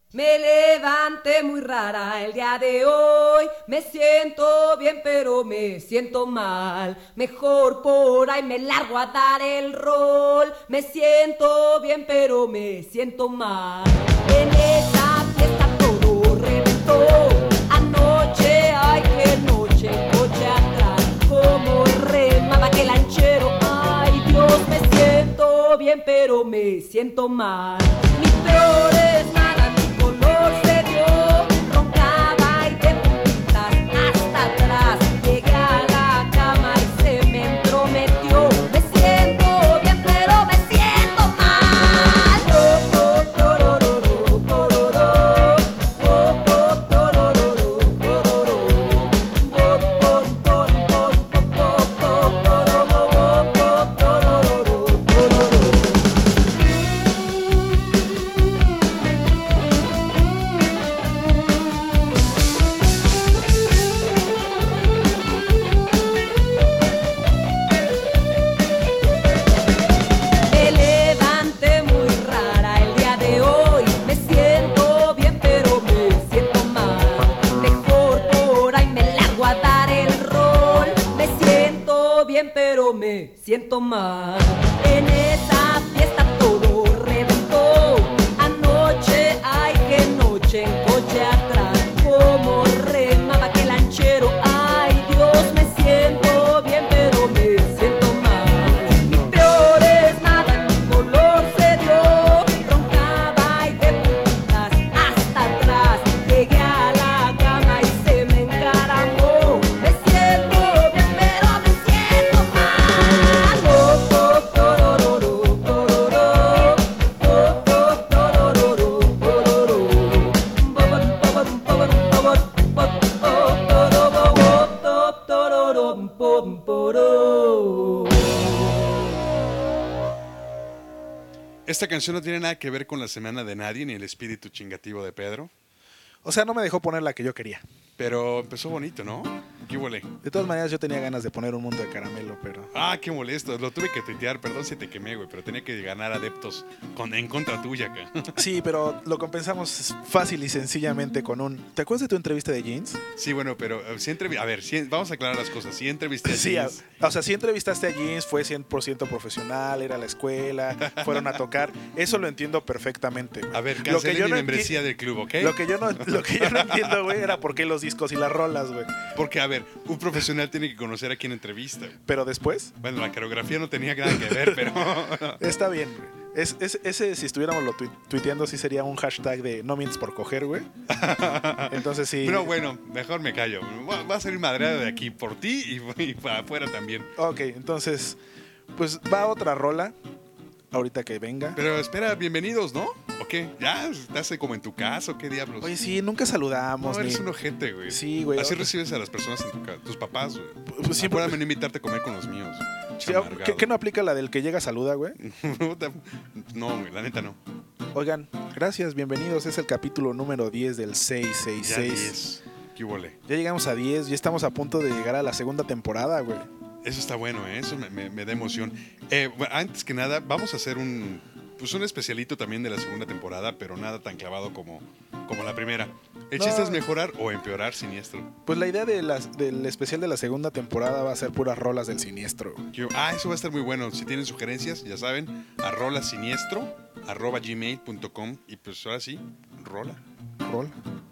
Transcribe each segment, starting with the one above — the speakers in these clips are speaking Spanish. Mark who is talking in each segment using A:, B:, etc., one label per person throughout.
A: Me levanté muy rara el día de hoy. Me siento bien pero me siento mal. Mejor por ahí me largo a dar el rol. Me siento bien pero me siento mal. En esa fiesta todo reventó. Anoche, ay qué noche, coche atrás. Como remaba que lanchero. Ay Dios, me siento bien pero me siento mal. Mis peores nada, mi color se dio. Roncaba y de puntitas hasta atrás. Llegué a la cama y se me entrometió. Me siento bien pero me siento mal. Me levanté muy rara el día de hoy. Me siento bien pero me siento mal. Mejor por ahí me largo a dar el rol. Me siento bien pero me siento mal. En esa fiesta todo reventó. Anoche, ay qué noche, en coche atrás. Como remaba que lanchero. Ay Dios, me siento bien pero me siento mal. Mis peores nada, mi color se dio. Roncaba y de puntitas hasta atrás. Llegué a la cama y se me encaramó. Me siento bien pero me siento mal.
B: Esta canción no tiene nada que ver con la semana de nadie ni el espíritu chingativo de Pedro,
C: O sea, no me dejó poner la que yo quería.
B: pero empezó bonito, ¿no? ¿Qué huele?
C: De todas maneras, yo tenía ganas de poner Un Mundo de Caramelo, pero...
B: Ah, qué molesto. Lo tuve que tuitear, perdón si te quemé, güey, pero tenía que ganar adeptos en contra tuya acá.
C: Sí, pero lo compensamos fácil y sencillamente con un... ¿Te acuerdas de tu entrevista de Jeans?
B: Sí, bueno, pero a ver, vamos a aclarar las cosas. Sí entrevisté a
C: Sí,
B: Jeans.
C: o sea, sí entrevistaste a Jeans, fue 100% profesional, era a la escuela, fueron a tocar. Eso lo entiendo perfectamente.
B: A ver,
C: Lo que
B: cancelen
C: yo
B: mi
C: no
B: membresía del club, ¿ok?
C: Lo que yo no entiendo, güey, era por qué los discos y las rolas, güey.
B: Porque, a ver, un profesional tiene que conocer a quien entrevista.
C: Pero después,
B: Bueno, la coreografía no tenía nada que ver, pero...
C: está bien, güey. Ese, si estuviéramos lo tuiteando, sí sería un hashtag de no mientes por coger, güey. Entonces sí.
B: Pero bueno, mejor me callo. Va a salir madreada de aquí por ti y para afuera también.
C: Ok, entonces, pues va otra rola, ahorita que venga.
B: Pero espera, bienvenidos, ¿no? ¿O qué? ¿Ya estás como en tu casa o qué diablos?
C: Oye, sí, nunca saludamos.
B: No, eres
C: ni-
B: un ojete, güey.
C: Sí, güey.
B: Así recibes a las personas en tu casa. Tus papás, güey.
C: Pues sí,
B: Acuérdame no invitarte a comer con los míos.
C: Sí,
B: Chamargado.
C: ¿qué no aplica la del que llega saluda, güey?
B: No, güey, la neta no.
C: Oigan, gracias, bienvenidos. Es el capítulo número 10 del
B: Ya
C: 666.
B: 10. ¿Qué huele?
C: Ya llegamos a 10, ya estamos a punto de llegar a la segunda temporada, güey.
B: Eso está bueno, ¿eh? Eso me da emoción. Bueno, antes que nada, vamos a hacer un especialito también de la segunda temporada, pero nada tan clavado como la primera. El chiste
C: No.
B: es mejorar o empeorar Siniestro.
C: Pues la idea del especial de la segunda temporada va a ser puras rolas del Siniestro.
B: Eso va a estar muy bueno. Si tienen sugerencias, ya saben, @rolasiniestro@gmail.com y pues ahora sí, rola.
C: Rola.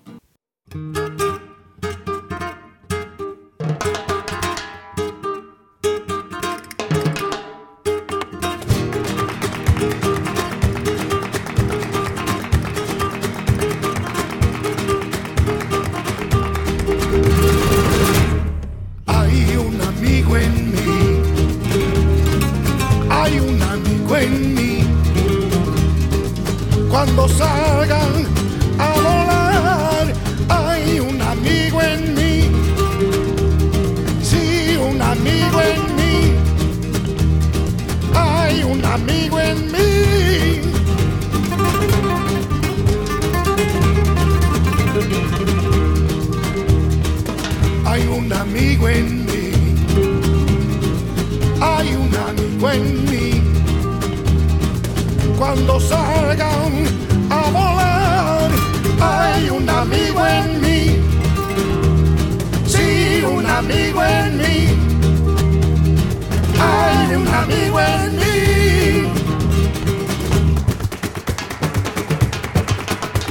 D: Hay un amigo en mí, hay un amigo en mí. Cuando salgan a volar, hay un amigo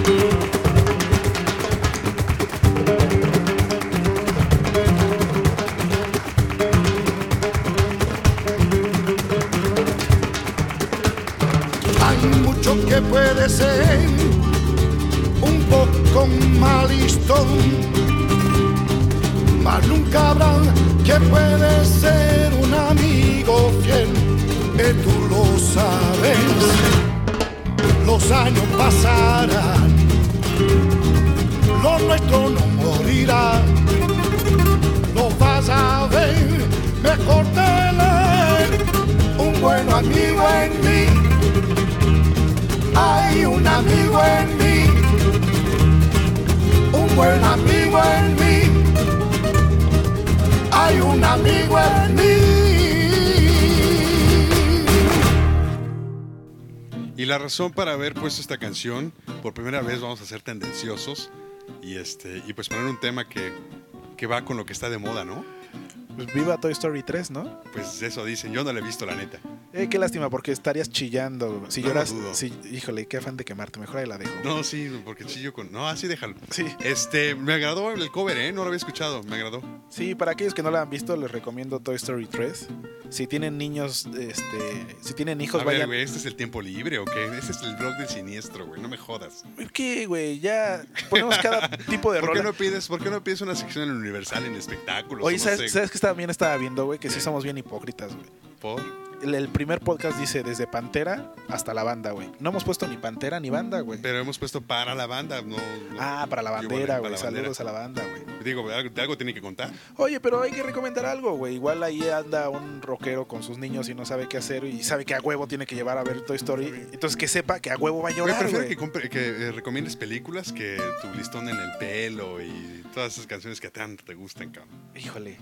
D: Hay mucho que puede ser un poco malistón, mas nunca habrá que puede ser un amigo fiel, tú lo sabes. Los años pasarán, lo nuestro no morirá, lo vas a ver, mejor tener un buen amigo en mí. Hay un amigo en mí, un buen amigo en mí. Hay un amigo en mí.
B: Y la razón para haber puesto esta canción, por primera vez vamos a ser tendenciosos y pues poner un tema que va con lo que está de moda, ¿no?
C: Pues viva Toy Story 3, ¿no?
B: Pues eso dicen, yo no la he visto, la neta.
C: Qué lástima, porque estarías chillando. Si
B: No lo
C: lloras,
B: dudo.
C: híjole, qué afán de quemarte. Mejor ahí la dejo.
B: No, sí, porque chillo con... No, así déjalo.
C: Sí.
B: Me agradó el cover, no lo había escuchado, me agradó.
C: Sí, para aquellos que no la han visto, les recomiendo Toy Story 3. Si tienen niños, si tienen hijos,
B: A ver,
C: vayan.
B: güey, ¿este es el tiempo libre o qué? Este es el blog del siniestro, güey, no me jodas.
C: ¿Qué, güey? Ya ponemos cada tipo de
B: ¿Por qué
C: rola.
B: no pides una sección en el Universal en espectáculos?
C: Oye,
B: o no
C: ¿sabes,
B: sé?
C: ¿sabes qué también estaba viendo, güey? Que sí somos bien hipócritas, güey.
B: ¿Por?
C: El primer podcast dice desde Pantera hasta la banda, güey. No hemos puesto ni Pantera ni banda, güey.
B: Pero hemos puesto para la banda, no...
C: Para la
B: Yo,
C: bandera,
B: para
C: güey.
B: la bandera.
C: Saludos a la banda, güey.
B: Digo, de algo tiene que contar.
C: Oye, pero hay que recomendar algo, güey. Igual ahí anda un rockero con sus niños y no sabe qué hacer y sabe que a huevo tiene que llevar a ver Toy Story. Entonces que sepa que a huevo va a
B: Güey,
C: llorar,
B: prefiero
C: güey.
B: que recomiendes películas que tu listón en el pelo y todas esas canciones que tanto te gustan, cabrón.
C: Híjole.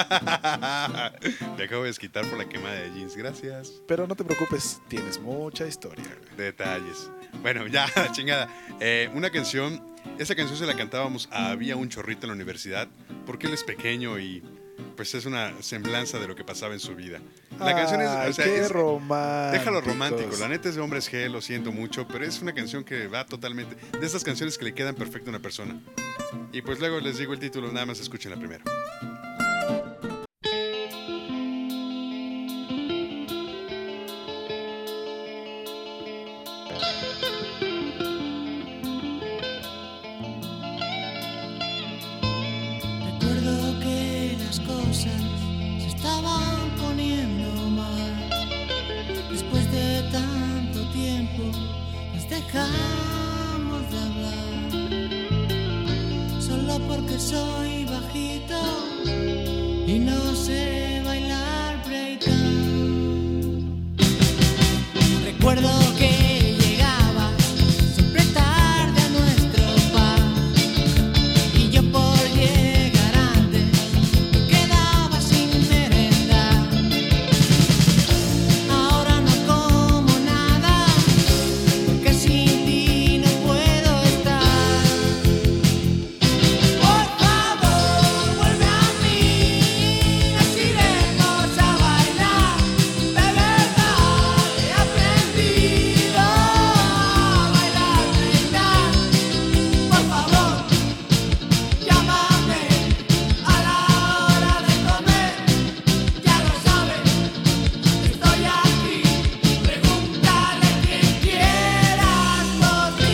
B: Te acabo de desquitar por la quemada de jeans, gracias.
C: Pero no te preocupes, tienes mucha historia, güey.
B: Detalles. Bueno, ya, la chingada. Una canción, esa canción se la cantábamos a Había un chorrito en la universidad, porque él es pequeño y pues es una semblanza de lo que pasaba en su vida. La canción es,
C: Ay,
B: o sea,
C: qué
B: es-
C: románticos.
B: déjalo romántico, la neta es de hombres G, lo siento mucho, pero es una canción que va totalmente, de esas canciones que le quedan perfecto a una persona. Y pues luego les digo el título, nada más escuchen la primera.
E: Recuerdo que las cosas se estaban poniendo mal. Después de tanto tiempo nos dejamos de hablar. Solo porque soy bajito y no sé bailar breakdown. Recuerdo que llegaba siempre tarde a nuestro bar. Y yo por llegar antes me quedaba sin merendar. Ahora no como nada porque sin ti no puedo estar. Por favor, vuelve a mí, nos iremos a bailar. De verdad he aprendido a bailar, brindar. Por favor, llámame a la hora de comer, ya lo sabes, estoy aquí, pregúntale quien quieras por mí.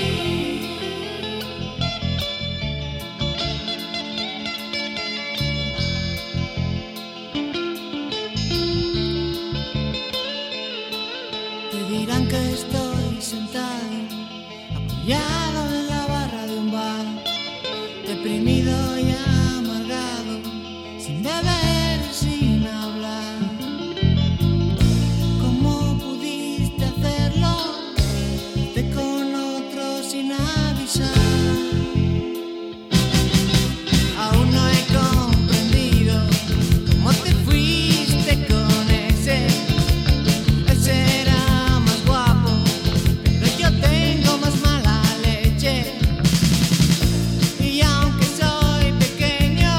E: Te dirán que estoy sentado, apoyado en la barra de un bar, deprimido y amargado, sin beber y sin hablar. ¿Cómo pudiste hacerlo? Irte con otro sin avisar. Aún no he comprendido cómo te fuiste con ese. Él será más guapo, pero yo tengo más mala leche. Y aunque soy pequeño,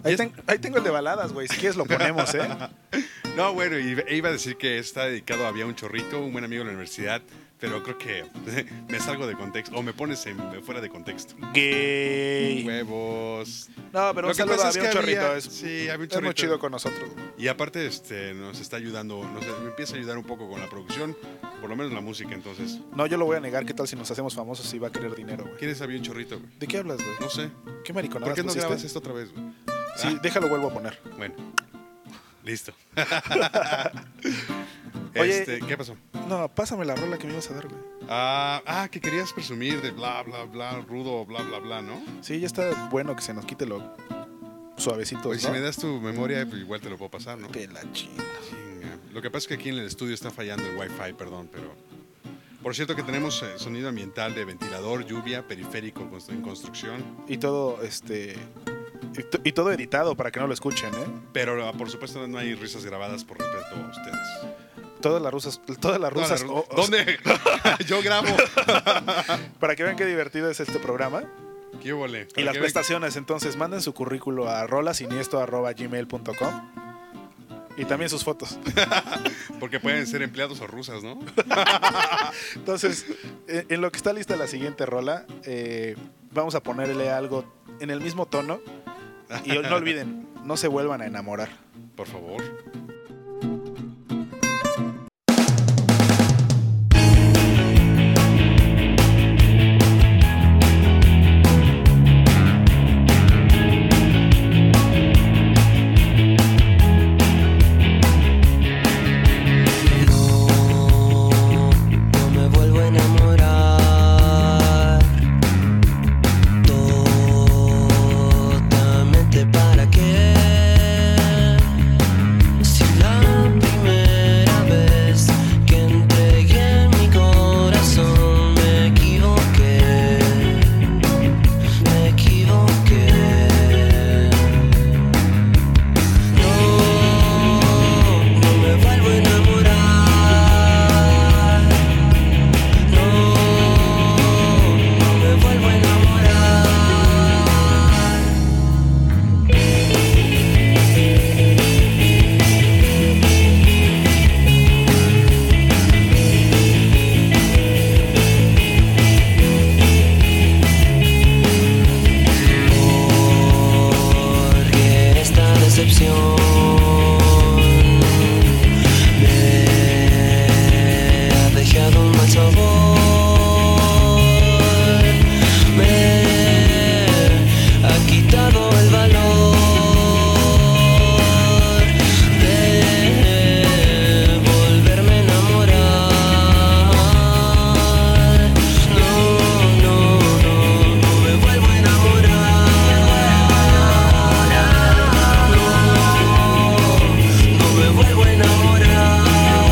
C: Ahí tengo el de baladas, güey. Si quieres lo ponemos, ¿eh?
B: No, bueno, iba a decir que está dedicado a Había un Chorrito, un buen amigo de la universidad, pero creo que me salgo de contexto, o me pones fuera de contexto.
C: Gay.
B: Huevos.
C: No, pero
B: Lo
C: un
B: que
C: saludo
B: pasa
C: a
B: es
C: Había un
B: que
C: Chorrito.
B: había-
C: Es,
B: sí, Había un
C: es muy
B: Chorrito.
C: chido con nosotros.
B: Y aparte nos está ayudando, me empieza a ayudar un poco con la producción, por lo menos la música, entonces.
C: No, yo lo voy a negar. ¿Qué tal si nos hacemos famosos y va a querer dinero, güey?
B: ¿Quién es Había un Chorrito, güey?
C: ¿De qué hablas, güey?
B: No sé.
C: ¿Qué
B: ¿Por
C: mariconadas
B: qué no
C: pusiste?
B: grabas esto otra vez, güey?
C: Sí,
B: Ah,
C: déjalo, vuelvo a poner.
B: bueno. Listo.
C: Oye,
B: ¿Qué pasó?
C: No, pásame la rola que me ibas a dar, güey.
B: Que querías presumir de bla, bla, bla, rudo, bla, bla, bla, ¿no?
C: Sí, ya está bueno que se nos quite lo suavecito,
B: Oye,
C: ¿no?
B: si me das tu memoria, pues igual te lo puedo pasar, ¿no?
C: Pelachina.
B: Chinga. Lo que pasa es que aquí en el estudio está fallando el Wi-Fi, perdón, pero... Por cierto que tenemos sonido ambiental de ventilador, lluvia, periférico en construcción.
C: Y todo, y todo editado para que no lo escuchen, ¿eh?
B: Pero por supuesto no hay risas grabadas por respeto a ustedes.
C: Todas las rusas.
B: ¿Dónde? Yo grabo.
C: Para que vean qué divertido es este programa.
B: ¿Qué vole?
C: Y las prestaciones, entonces, manden su currículo a rolasiniestro@gmail.com. Y también sus fotos.
B: Porque pueden ser empleados o rusas, ¿no?
C: Entonces, en lo que está lista la siguiente rola, vamos a ponerle algo en el mismo tono. Y no olviden, no se vuelvan a enamorar.
B: Por favor.
F: No me vuelvo a enamorar. Totalmente para qué. Si la primera vez que entregué mi corazón me equivoqué. Me equivoqué. No me vuelvo a enamorar. No me vuelvo a enamorar. Porque esta decepción me ha dejado un mal sabor. Me ha quitado el valor de volverme a enamorar. No me vuelvo a enamorar. No me vuelvo a enamorar.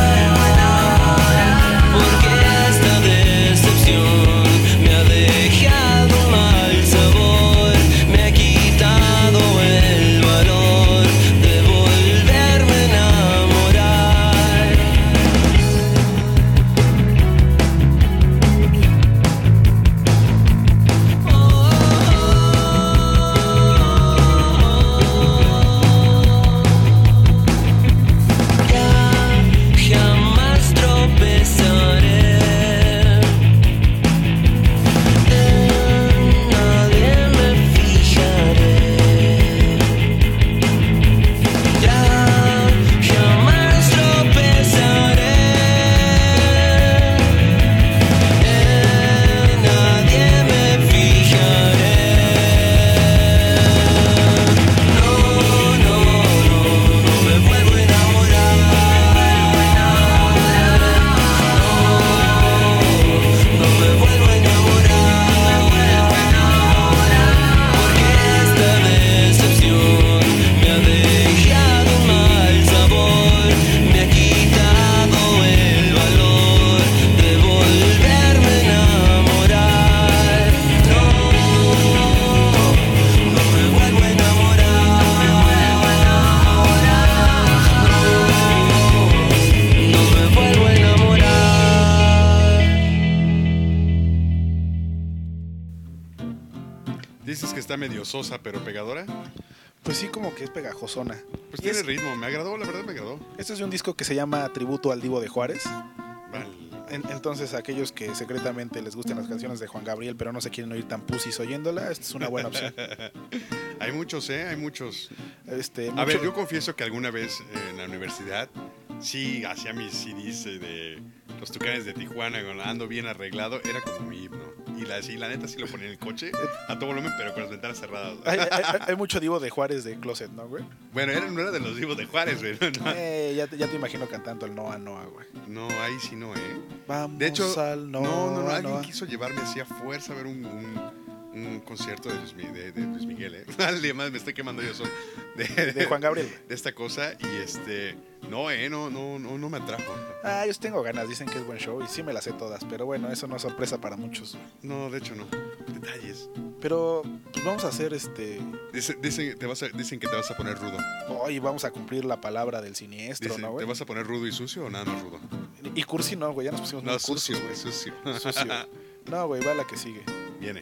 F: Porque esta decepción me ha dejado un mal sabor. Me ha quitado el valor de volverme a enamorar. Ya jamás tropezaré. En nadie me fijaré. Ya jamás tropezaré. En nadie me fijaré. No me vuelvo a enamorar. No me vuelvo a enamorar. Porque esta decepción me ha dejado un mal sabor. Me ha quitado el valor de volverme a enamorar. No me vuelvo a enamorar. No me vuelvo a enamorar.
B: Dices que está medio sosa, pero pegadora.
C: Pues sí, como que es pegajosona.
B: Pues
C: Y
B: tiene
C: es-
B: ritmo, me agradó, la verdad me agradó.
C: Este es de un disco que se llama Tributo al Divo de Juárez.
B: Vale.
C: Entonces, aquellos que secretamente les gustan las canciones de Juan Gabriel, pero no se quieren oír tan pusis oyéndola, esta es una buena opción.
B: Hay muchos, hay muchos. A
C: Mucho-
B: ver, yo confieso que alguna vez en la universidad sí hacía mis CDs de los Tucanes de Tijuana, cuando ando bien arreglado, era como mi himno. Y la neta sí lo ponía en el coche a todo volumen, pero con las ventanas cerradas.
C: hay mucho Divo de Juárez de Closet, ¿no, güey?
B: Bueno, no era de los vivos de Juárez, güey. No,
C: Ya te imagino cantando el Noa Noa, güey.
B: no, ahí sí no,
C: Vamos
B: De hecho,
C: al Noa
B: no, alguien
C: Noa.
B: quiso llevarme así a fuerza a ver un concierto de Luis Miguel, Además me estoy quemando yo solo.
C: De Juan Gabriel.
B: De esta cosa y no me atrajo.
C: Yo tengo ganas, dicen que es buen show y sí me las sé todas, pero bueno, eso no es sorpresa para muchos.
B: No, de hecho no. Detalles.
C: Pero pues vamos a hacer
B: Dicen que te vas a poner rudo.
C: hoy vamos a cumplir la palabra del siniestro,
B: Dicen,
C: ¿no,
B: ¿te
C: güey?
B: vas a poner rudo y sucio o nada más rudo?
C: Y cursi no, güey, ya nos pusimos muy
B: No,
C: cursis,
B: sucio,
C: güey.
B: sucio.
C: Sucio. No, güey, va la que sigue.
B: Viene.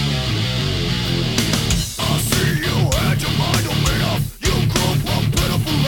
D: I see you had your mind made up. You grew up pitiful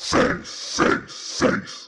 D: 666.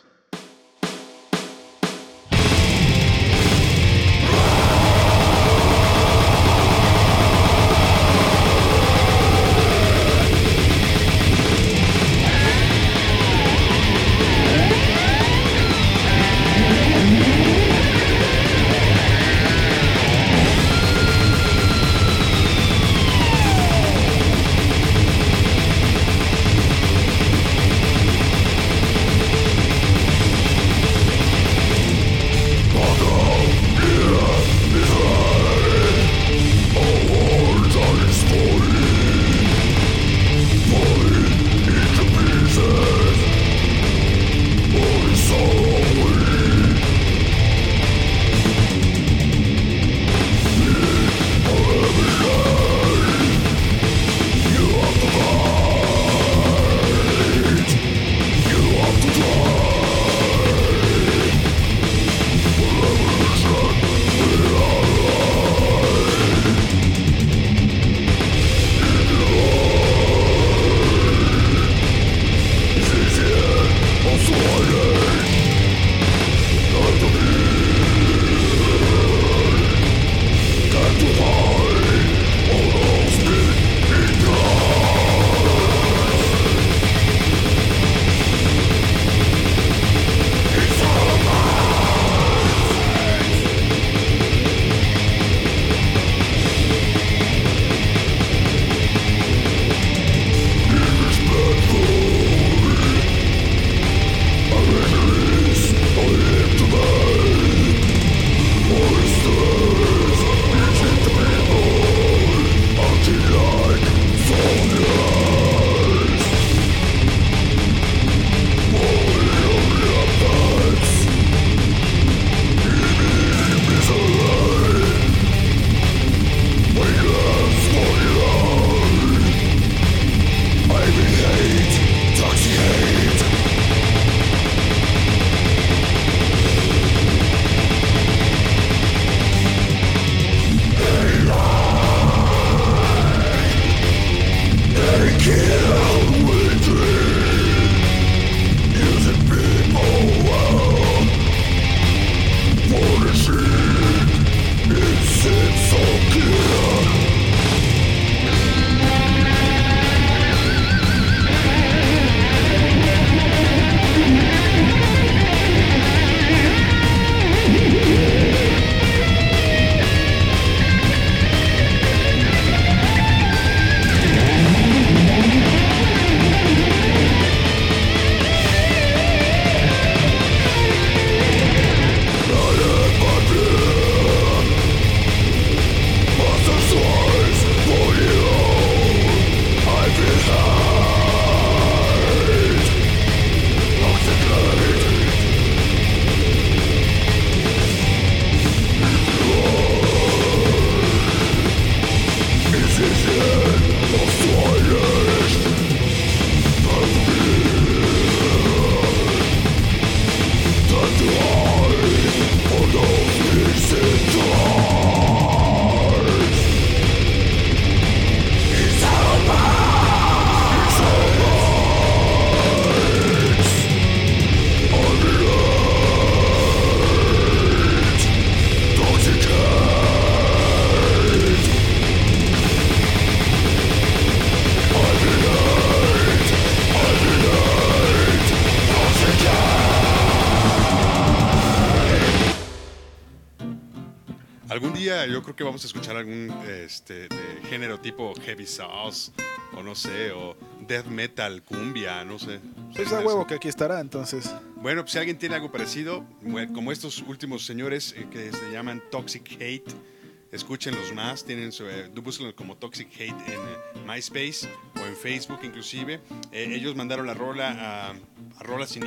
B: Algún día yo creo que vamos a escuchar algún de género tipo heavy sauce, o no sé, o death metal, cumbia, no sé.
C: Pues a huevo que aquí estará, entonces.
B: Bueno, pues si alguien tiene algo parecido, como estos últimos señores que se llaman Toxic Hate, escúchenlos más, búsquenlos como Toxic Hate en MySpace o en Facebook inclusive. Ellos mandaron la rola a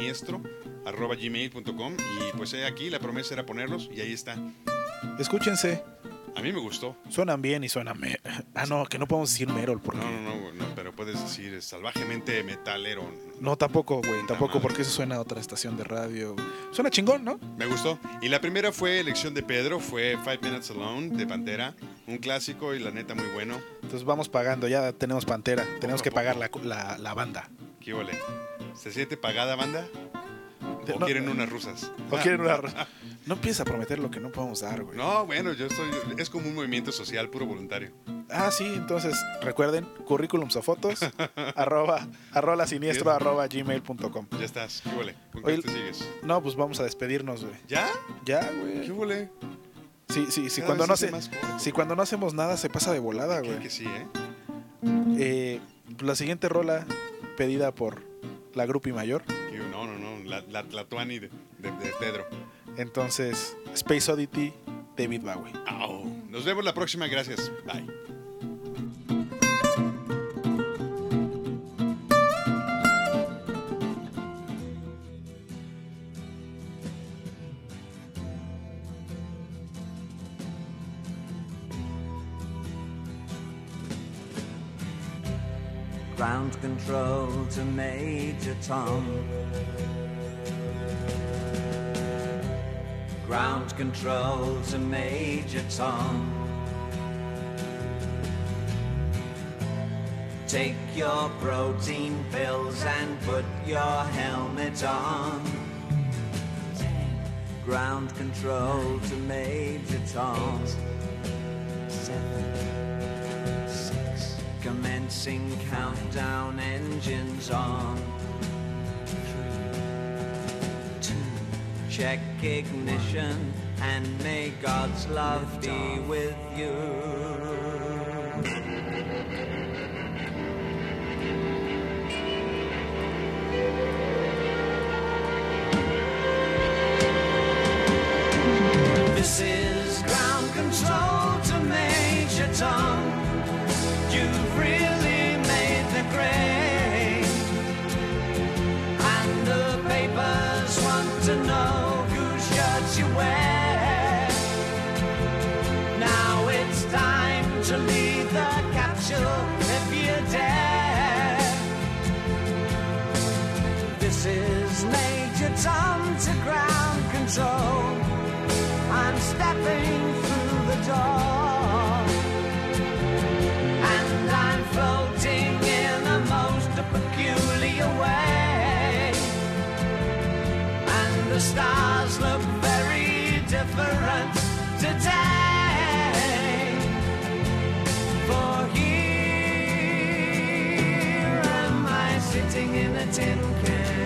B: rolasiniestro@gmail.com y pues aquí la promesa era ponerlos y ahí está.
C: Escúchense.
B: A mí me gustó.
C: Suenan bien y suenan no, que no podemos decir Merol porque...
B: No, pero puedes decir salvajemente metalero.
C: No, tampoco, güey, tampoco,
B: madre.
C: porque eso suena a otra estación de radio. Suena chingón, ¿no?
B: Me gustó. Y la primera fue elección de Pedro, fue 5 Minutes Alone de Pantera, un clásico y la neta muy bueno.
C: Entonces vamos pagando, ya tenemos Pantera, tenemos que pagar la banda.
B: ¿Qué ole? ¿Se siente pagada, banda? ¿O
C: No,
B: quieren unas rusas?
C: ¿O quieren una No empieces a prometer lo que no podemos dar, güey.
B: No, bueno, es como un movimiento social, puro voluntario.
C: Ah, sí, entonces recuerden, currículums o fotos, arrola siniestro, @gmail.com.
B: Ya estás, ¿qué huele? ¿Con
C: Oye,
B: qué te sigues?
C: No, pues vamos a despedirnos, güey.
B: ¿Ya?
C: Ya,
B: ¿Qué
C: güey.
B: huele?
C: Sí,
B: Cada
C: cuando
B: vez
C: no
B: se
C: se,
B: hace más corto.
C: si cuando no hacemos nada se pasa de volada,
B: Creo
C: güey.
B: que sí, ¿eh?
C: La siguiente rola pedida por la Grupi Mayor.
B: No, la Tlatuani de Pedro.
C: Entonces, Space Oddity, David Bowie.
B: Au. Nos vemos la próxima, gracias. Bye.
F: Ground control to Major Tom. Ground control to Major Tom. Take your protein pills and put your helmet on. Ground control to Major Tom. 7, 6. Commencing countdown, engines on. 3, 2. Check ignition and may God's love be with you. This is ground control to Major Tom. You've really made the grade, and the papers want to know whose shirts you wear. Now it's time to leave the capsule if you dare. This is Major Tom to ground control. I'm stepping through the door, and I'm floating in a most peculiar way, and the stars look very different today. For here am I sitting in a tin can.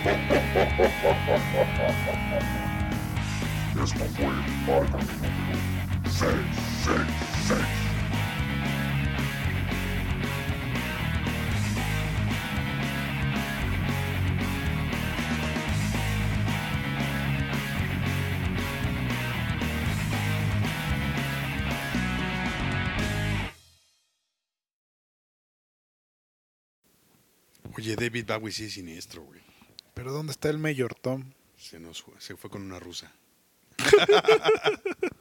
D: Esto fue Marca número 666.
B: Oye, David Bowie sí es siniestro, güey.
C: Pero ¿dónde está el Mayor Tom?
B: Se fue con una rusa.